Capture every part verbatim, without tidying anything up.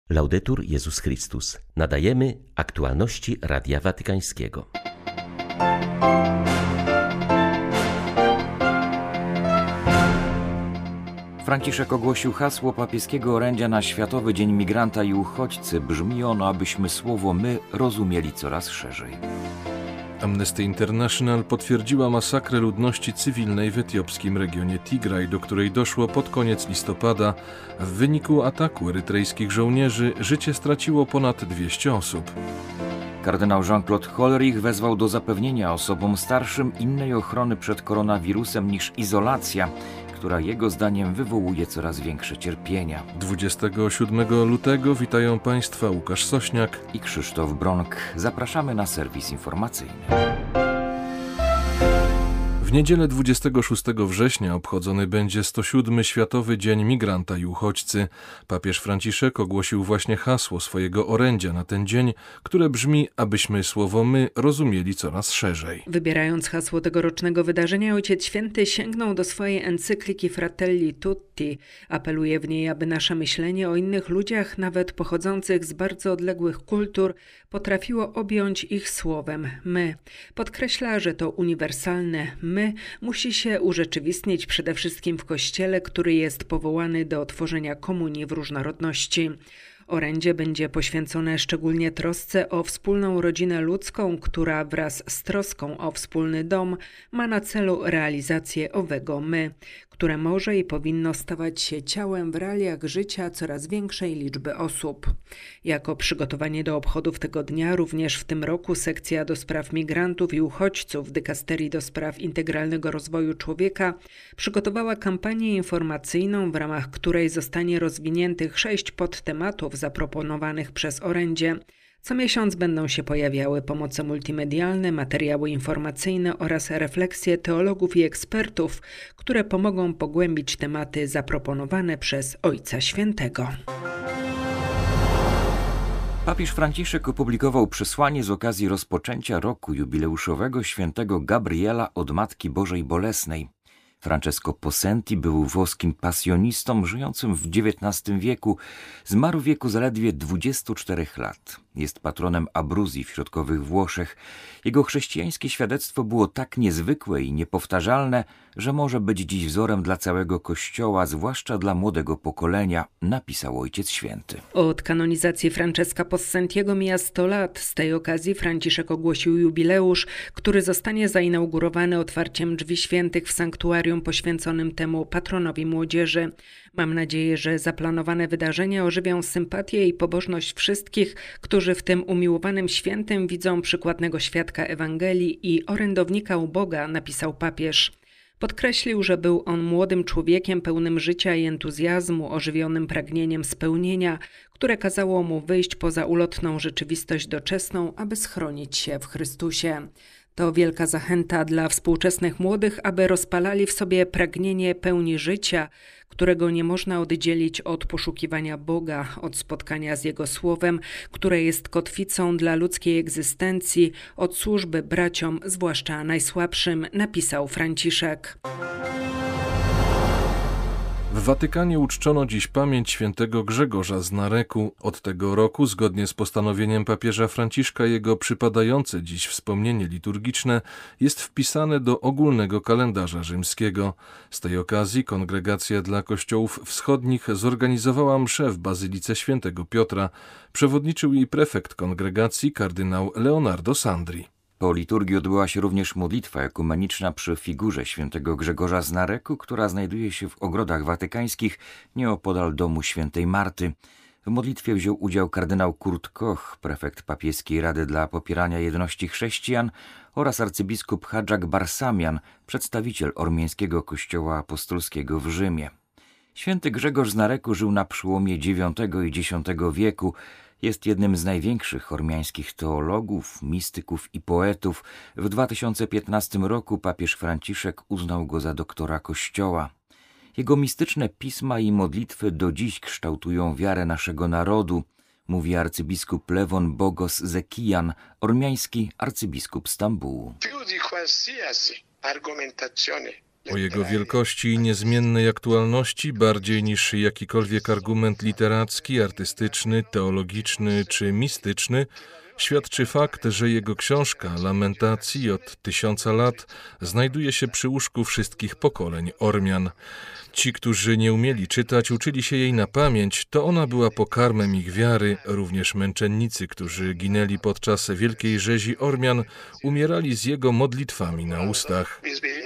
Laudetur Jezus Chrystus. Nadajemy aktualności Radia Watykańskiego. Franciszek ogłosił hasło papieskiego orędzia na Światowy Dzień Migranta i Uchodźcy. Brzmi ono, abyśmy słowo my rozumieli coraz szerzej. Amnesty International potwierdziła masakrę ludności cywilnej w etiopskim regionie Tigraj, do której doszło pod koniec listopada. W wyniku ataku erytrejskich żołnierzy życie straciło ponad dwieście osób. Kardynał Jean-Claude Hollerich wezwał do zapewnienia osobom starszym innej ochrony przed koronawirusem niż izolacja, która jego zdaniem wywołuje coraz większe cierpienia. dwudziestego siódmego lutego witają Państwa Łukasz Sośniak i Krzysztof Bronk. Zapraszamy na serwis informacyjny. W niedzielę dwudziestego szóstego września obchodzony będzie sto siódmy Światowy Dzień Migranta i Uchodźcy. Papież Franciszek ogłosił właśnie hasło swojego orędzia na ten dzień, które brzmi, abyśmy słowo my rozumieli coraz szerzej. Wybierając hasło tegorocznego wydarzenia, Ojciec Święty sięgnął do swojej encykliki Fratelli Tutti. Apeluje w niej, aby nasze myślenie o innych ludziach, nawet pochodzących z bardzo odległych kultur, potrafiło objąć ich słowem my. Podkreśla, że to uniwersalne my musi się urzeczywistnić przede wszystkim w Kościele, który jest powołany do tworzenia komunii w różnorodności. Orędzie będzie poświęcone szczególnie trosce o wspólną rodzinę ludzką, która wraz z troską o wspólny dom ma na celu realizację owego my, które może i powinno stawać się ciałem w realiach życia coraz większej liczby osób. Jako przygotowanie do obchodów tego dnia również w tym roku sekcja do spraw migrantów i uchodźców dykasterii do spraw integralnego rozwoju człowieka przygotowała kampanię informacyjną, w ramach której zostanie rozwiniętych sześć podtematów zaproponowanych przez orędzie. Co miesiąc będą się pojawiały pomoce multimedialne, materiały informacyjne oraz refleksje teologów i ekspertów, które pomogą pogłębić tematy zaproponowane przez Ojca Świętego. Papież Franciszek opublikował przesłanie z okazji rozpoczęcia roku jubileuszowego świętego Gabriela od Matki Bożej Bolesnej. Francesco Possenti był włoskim pasjonistą żyjącym w dziewiętnastym wieku. Zmarł w wieku zaledwie dwudziestu czterech lat. Jest patronem Abruzji w środkowych Włoszech. Jego chrześcijańskie świadectwo było tak niezwykłe i niepowtarzalne, że może być dziś wzorem dla całego Kościoła, zwłaszcza dla młodego pokolenia, napisał Ojciec Święty. Od kanonizacji Francesca Possentiego mija sto lat. Z tej okazji Franciszek ogłosił jubileusz, który zostanie zainaugurowany otwarciem drzwi świętych w sanktuarium poświęconym temu patronowi młodzieży. Mam nadzieję, że zaplanowane wydarzenia ożywią sympatię i pobożność wszystkich, którzy w tym umiłowanym świętym widzą przykładnego świadka Ewangelii i orędownika u Boga, napisał papież. Podkreślił, że był on młodym człowiekiem pełnym życia i entuzjazmu, ożywionym pragnieniem spełnienia, które kazało mu wyjść poza ulotną rzeczywistość doczesną, aby schronić się w Chrystusie. To wielka zachęta dla współczesnych młodych, aby rozpalali w sobie pragnienie pełni życia, którego nie można oddzielić od poszukiwania Boga, od spotkania z Jego Słowem, które jest kotwicą dla ludzkiej egzystencji, od służby braciom, zwłaszcza najsłabszym, napisał Franciszek. W Watykanie uczczono dziś pamięć świętego Grzegorza z Nareku. Od tego roku, zgodnie z postanowieniem papieża Franciszka, jego przypadające dziś wspomnienie liturgiczne jest wpisane do ogólnego kalendarza rzymskiego. Z tej okazji Kongregacja dla Kościołów Wschodnich zorganizowała mszę w Bazylice Świętego Piotra. Przewodniczył jej prefekt kongregacji kardynał Leonardo Sandri. Po liturgii odbyła się również modlitwa ekumeniczna przy figurze świętego Grzegorza z Nareku, która znajduje się w ogrodach watykańskich nieopodal domu świętej Marty. W modlitwie wziął udział kardynał Kurt Koch, prefekt papieskiej Rady dla Popierania Jedności Chrześcijan, oraz arcybiskup Hadżak Barsamian, przedstawiciel ormiańskiego kościoła apostolskiego w Rzymie. Święty Grzegorz z Nareku żył na przełomie dziewiątego i dziesiątego wieku. Jest jednym z największych ormiańskich teologów, mistyków i poetów. W dwa tysiące piętnastym roku papież Franciszek uznał go za doktora Kościoła. Jego mistyczne pisma i modlitwy do dziś kształtują wiarę naszego narodu, mówi arcybiskup Lewon Bogos Zekijan, ormiański arcybiskup Stambułu. O jego wielkości i niezmiennej aktualności bardziej niż jakikolwiek argument literacki, artystyczny, teologiczny czy mistyczny świadczy fakt, że jego książka Lamentacji od tysiąca lat znajduje się przy łóżku wszystkich pokoleń Ormian. Ci, którzy nie umieli czytać, uczyli się jej na pamięć, to ona była pokarmem ich wiary. Również męczennicy, którzy ginęli podczas wielkiej rzezi Ormian, umierali z jego modlitwami na ustach.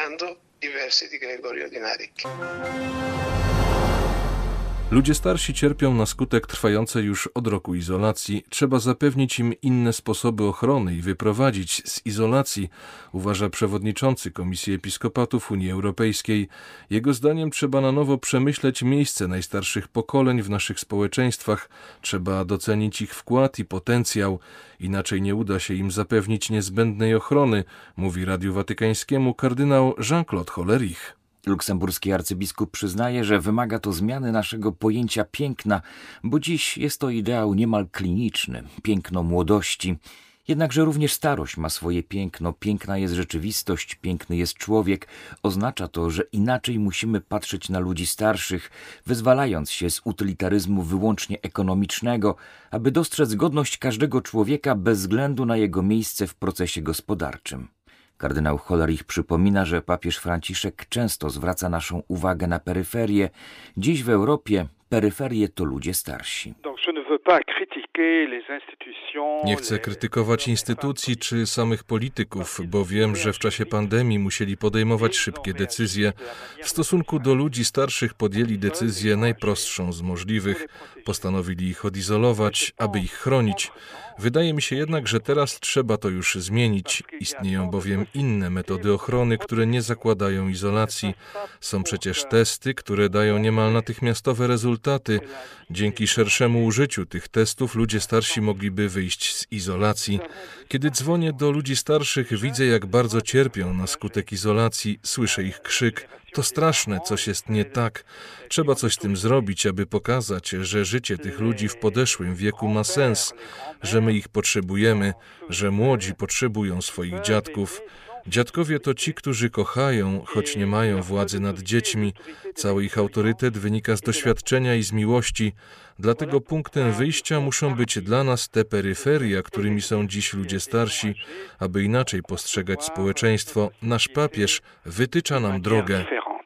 Ludzie starsi cierpią na skutek trwającej już od roku izolacji. Trzeba zapewnić im inne sposoby ochrony i wyprowadzić z izolacji, uważa przewodniczący Komisji Episkopatów Unii Europejskiej. Jego zdaniem trzeba na nowo przemyśleć miejsce najstarszych pokoleń w naszych społeczeństwach. Trzeba docenić ich wkład i potencjał. Inaczej nie uda się im zapewnić niezbędnej ochrony, mówi Radiu Watykańskiemu kardynał Jean-Claude Hollerich. Luksemburski arcybiskup przyznaje, że wymaga to zmiany naszego pojęcia piękna, bo dziś jest to ideał niemal kliniczny, piękno młodości. Jednakże również starość ma swoje piękno, piękna jest rzeczywistość, piękny jest człowiek. Oznacza to, że inaczej musimy patrzeć na ludzi starszych, wyzwalając się z utylitaryzmu wyłącznie ekonomicznego, aby dostrzec godność każdego człowieka bez względu na jego miejsce w procesie gospodarczym. Kardynał Hollerich przypomina, że papież Franciszek często zwraca naszą uwagę na peryferię. Dziś w Europie peryferie to ludzie starsi. Nie chcę krytykować instytucji czy samych polityków, bo wiem, że w czasie pandemii musieli podejmować szybkie decyzje. W stosunku do ludzi starszych podjęli decyzję najprostszą z możliwych. Postanowili ich odizolować, aby ich chronić. Wydaje mi się jednak, że teraz trzeba to już zmienić. Istnieją bowiem inne metody ochrony, które nie zakładają izolacji. Są przecież testy, które dają niemal natychmiastowe rezultaty. Dzięki szerszemu użyciu tych testów ludzie starsi mogliby wyjść z izolacji. Kiedy dzwonię do ludzi starszych, widzę, jak bardzo cierpią na skutek izolacji, słyszę ich krzyk. To straszne, coś jest nie tak. Trzeba coś z tym zrobić, aby pokazać, że życie tych ludzi w podeszłym wieku ma sens, że my ich potrzebujemy, że młodzi potrzebują swoich dziadków. Dziadkowie to ci, którzy kochają, choć nie mają władzy nad dziećmi. Cały ich autorytet wynika z doświadczenia i z miłości. Dlatego punktem wyjścia muszą być dla nas te peryferia, którymi są dziś ludzie starsi, aby inaczej postrzegać społeczeństwo. Nasz papież wytycza nam drogę.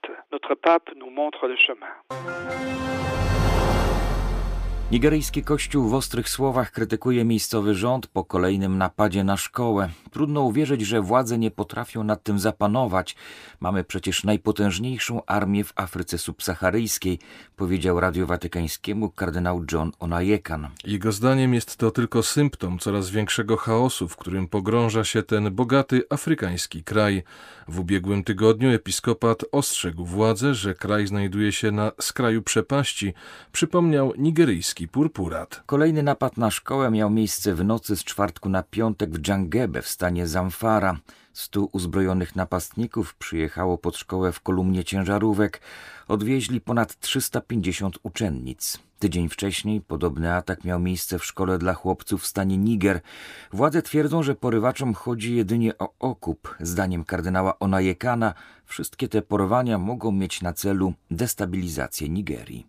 Nigeryjski kościół w ostrych słowach krytykuje miejscowy rząd po kolejnym napadzie na szkołę. Trudno uwierzyć, że władze nie potrafią nad tym zapanować. Mamy przecież najpotężniejszą armię w Afryce subsaharyjskiej, powiedział Radiu Watykańskiemu kardynał John Onyekan. Jego zdaniem jest to tylko symptom coraz większego chaosu, w którym pogrąża się ten bogaty afrykański kraj. W ubiegłym tygodniu episkopat ostrzegł władze, że kraj znajduje się na skraju przepaści, przypomniał nigeryjski purpurat. Kolejny napad na szkołę miał miejsce w nocy z czwartku na piątek w Dżangebe w stanie Zamfara. Stu uzbrojonych napastników przyjechało pod szkołę w kolumnie ciężarówek. Odwieźli ponad trzysta pięćdziesiąt uczennic. Tydzień wcześniej podobny atak miał miejsce w szkole dla chłopców w stanie Niger. Władze twierdzą, że porywaczom chodzi jedynie o okup. Zdaniem kardynała Onayekana wszystkie te porwania mogą mieć na celu destabilizację Nigerii.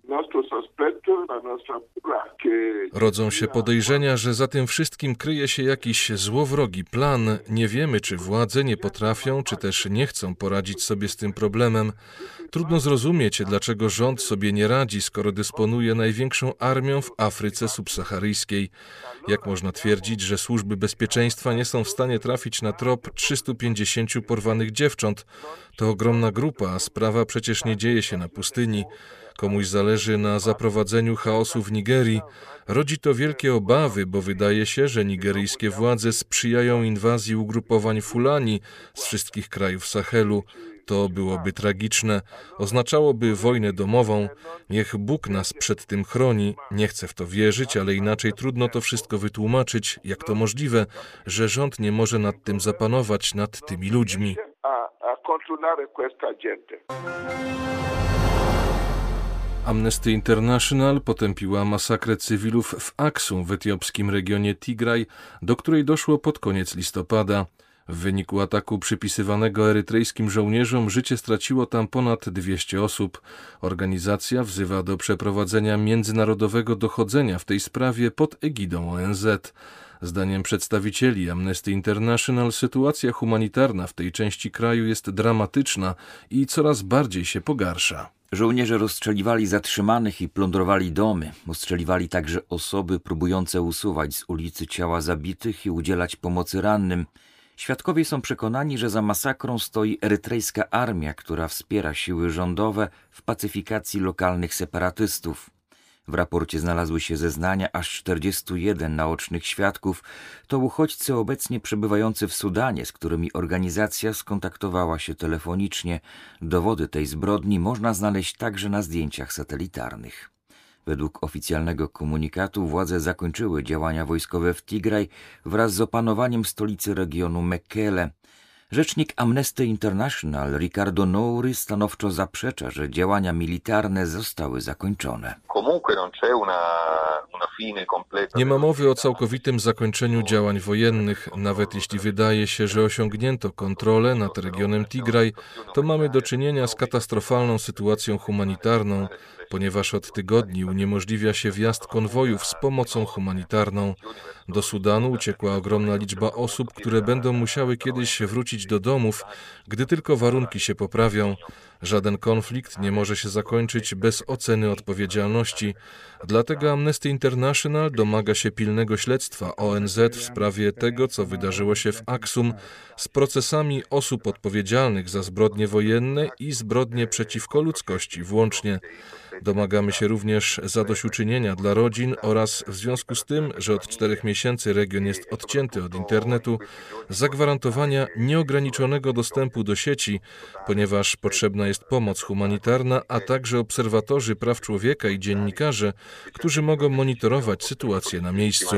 Rodzą się podejrzenia, że za tym wszystkim kryje się jakiś złowrogi plan. Nie wiemy, czy władze nie potrafią, czy też nie chcą poradzić sobie z tym problemem. Trudno zrozumieć, dlaczego rząd sobie nie radzi, skoro dysponuje największą armią w Afryce subsaharyjskiej. Jak można twierdzić, że służby bezpieczeństwa nie są w stanie trafić na trop trzystu pięćdziesięciu porwanych dziewcząt? To ogromna grupa, a sprawa przecież nie dzieje się na pustyni. Komuś zależy na zaprowadzeniu chaosu w Nigerii. Rodzi to wielkie obawy, bo wydaje się, że nigeryjskie władze sprzyjają inwazji ugrupowań Fulani z wszystkich krajów Sahelu. To byłoby tragiczne. Oznaczałoby wojnę domową. Niech Bóg nas przed tym chroni. Nie chcę w to wierzyć, ale inaczej trudno to wszystko wytłumaczyć. Jak to możliwe, że rząd nie może nad tym zapanować, nad tymi ludźmi? Amnesty International potępiła masakrę cywilów w Aksum w etiopskim regionie Tigraj, do której doszło pod koniec listopada. W wyniku ataku przypisywanego erytrejskim żołnierzom życie straciło tam ponad dwieście osób. Organizacja wzywa do przeprowadzenia międzynarodowego dochodzenia w tej sprawie pod egidą O N Z. Zdaniem przedstawicieli Amnesty International sytuacja humanitarna w tej części kraju jest dramatyczna i coraz bardziej się pogarsza. Żołnierze rozstrzeliwali zatrzymanych i plądrowali domy. Ostrzeliwali także osoby próbujące usuwać z ulicy ciała zabitych i udzielać pomocy rannym. Świadkowie są przekonani, że za masakrą stoi erytrejska armia, która wspiera siły rządowe w pacyfikacji lokalnych separatystów. W raporcie znalazły się zeznania aż czterdziestu jeden naocznych świadków. To uchodźcy obecnie przebywający w Sudanie, z którymi organizacja skontaktowała się telefonicznie. Dowody tej zbrodni można znaleźć także na zdjęciach satelitarnych. Według oficjalnego komunikatu władze zakończyły działania wojskowe w Tigraj wraz z opanowaniem stolicy regionu Mekele. Rzecznik Amnesty International Riccardo Nouri stanowczo zaprzecza, że działania militarne zostały zakończone. Nie ma mowy o całkowitym zakończeniu działań wojennych. Nawet jeśli wydaje się, że osiągnięto kontrolę nad regionem Tigraj, to mamy do czynienia z katastrofalną sytuacją humanitarną, ponieważ od tygodni uniemożliwia się wjazd konwojów z pomocą humanitarną. Do Sudanu uciekła ogromna liczba osób, które będą musiały kiedyś wrócić do domów, gdy tylko warunki się poprawią. Żaden konflikt nie może się zakończyć bez oceny odpowiedzialności. Dlatego Amnesty International domaga się pilnego śledztwa O N Z w sprawie tego, co wydarzyło się w Aksum, z procesami osób odpowiedzialnych za zbrodnie wojenne i zbrodnie przeciwko ludzkości włącznie. Domagamy się również zadośćuczynienia dla rodzin oraz w związku z tym, że od czterech miesięcy region jest odcięty od internetu, zagwarantowania nieograniczonego dostępu do sieci, ponieważ potrzebna jest pomoc humanitarna, a także obserwatorzy praw człowieka i dziennikarze, którzy mogą monitorować sytuację na miejscu.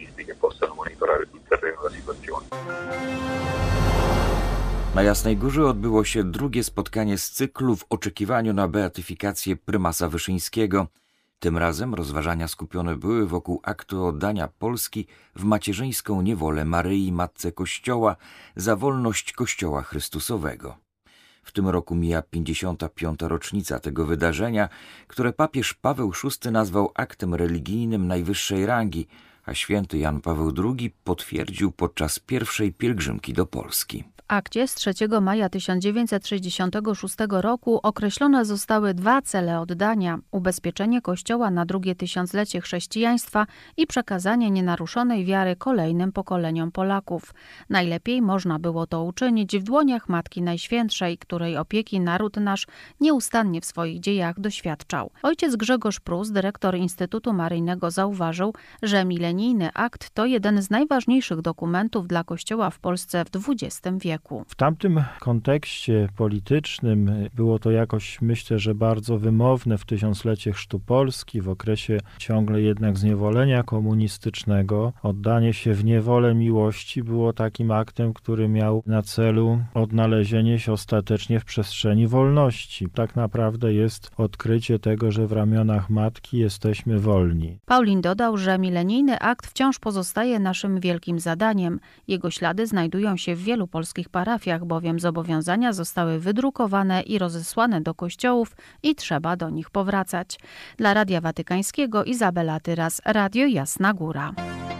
Na Jasnej Górze odbyło się drugie spotkanie z cyklu w oczekiwaniu na beatyfikację prymasa Wyszyńskiego. Tym razem rozważania skupione były wokół aktu oddania Polski w macierzyńską niewolę Maryi, Matce Kościoła, za wolność Kościoła Chrystusowego. W tym roku mija pięćdziesiąta piąta rocznica tego wydarzenia, które papież Paweł szósty nazwał aktem religijnym najwyższej rangi, a święty Jan Paweł drugi potwierdził podczas pierwszej pielgrzymki do Polski. W akcie z trzeciego maja tysiąc dziewięćset sześćdziesiątego szóstego roku określone zostały dwa cele oddania: ubezpieczenie Kościoła na drugie tysiąclecie chrześcijaństwa i przekazanie nienaruszonej wiary kolejnym pokoleniom Polaków. Najlepiej można było to uczynić w dłoniach Matki Najświętszej, której opieki naród nasz nieustannie w swoich dziejach doświadczał. Ojciec Grzegorz Prus, dyrektor Instytutu Maryjnego, zauważył, że milenijny akt to jeden z najważniejszych dokumentów dla Kościoła w Polsce w dwudziestym wieku. W tamtym kontekście politycznym było to jakoś, myślę, że bardzo wymowne w tysiąclecie chrztu Polski, w okresie ciągle jednak zniewolenia komunistycznego. Oddanie się w niewolę miłości było takim aktem, który miał na celu odnalezienie się ostatecznie w przestrzeni wolności. Tak naprawdę jest odkrycie tego, że w ramionach Matki jesteśmy wolni. Paulin dodał, że milenijny akt wciąż pozostaje naszym wielkim zadaniem. Jego ślady znajdują się w wielu polskich parafiach, bowiem zobowiązania zostały wydrukowane i rozesłane do kościołów i trzeba do nich powracać. Dla Radia Watykańskiego Izabela Tyras, Radio Jasna Góra.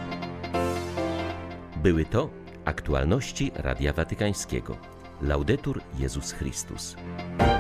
Były to aktualności Radia Watykańskiego. Laudetur Jezus Chrystus.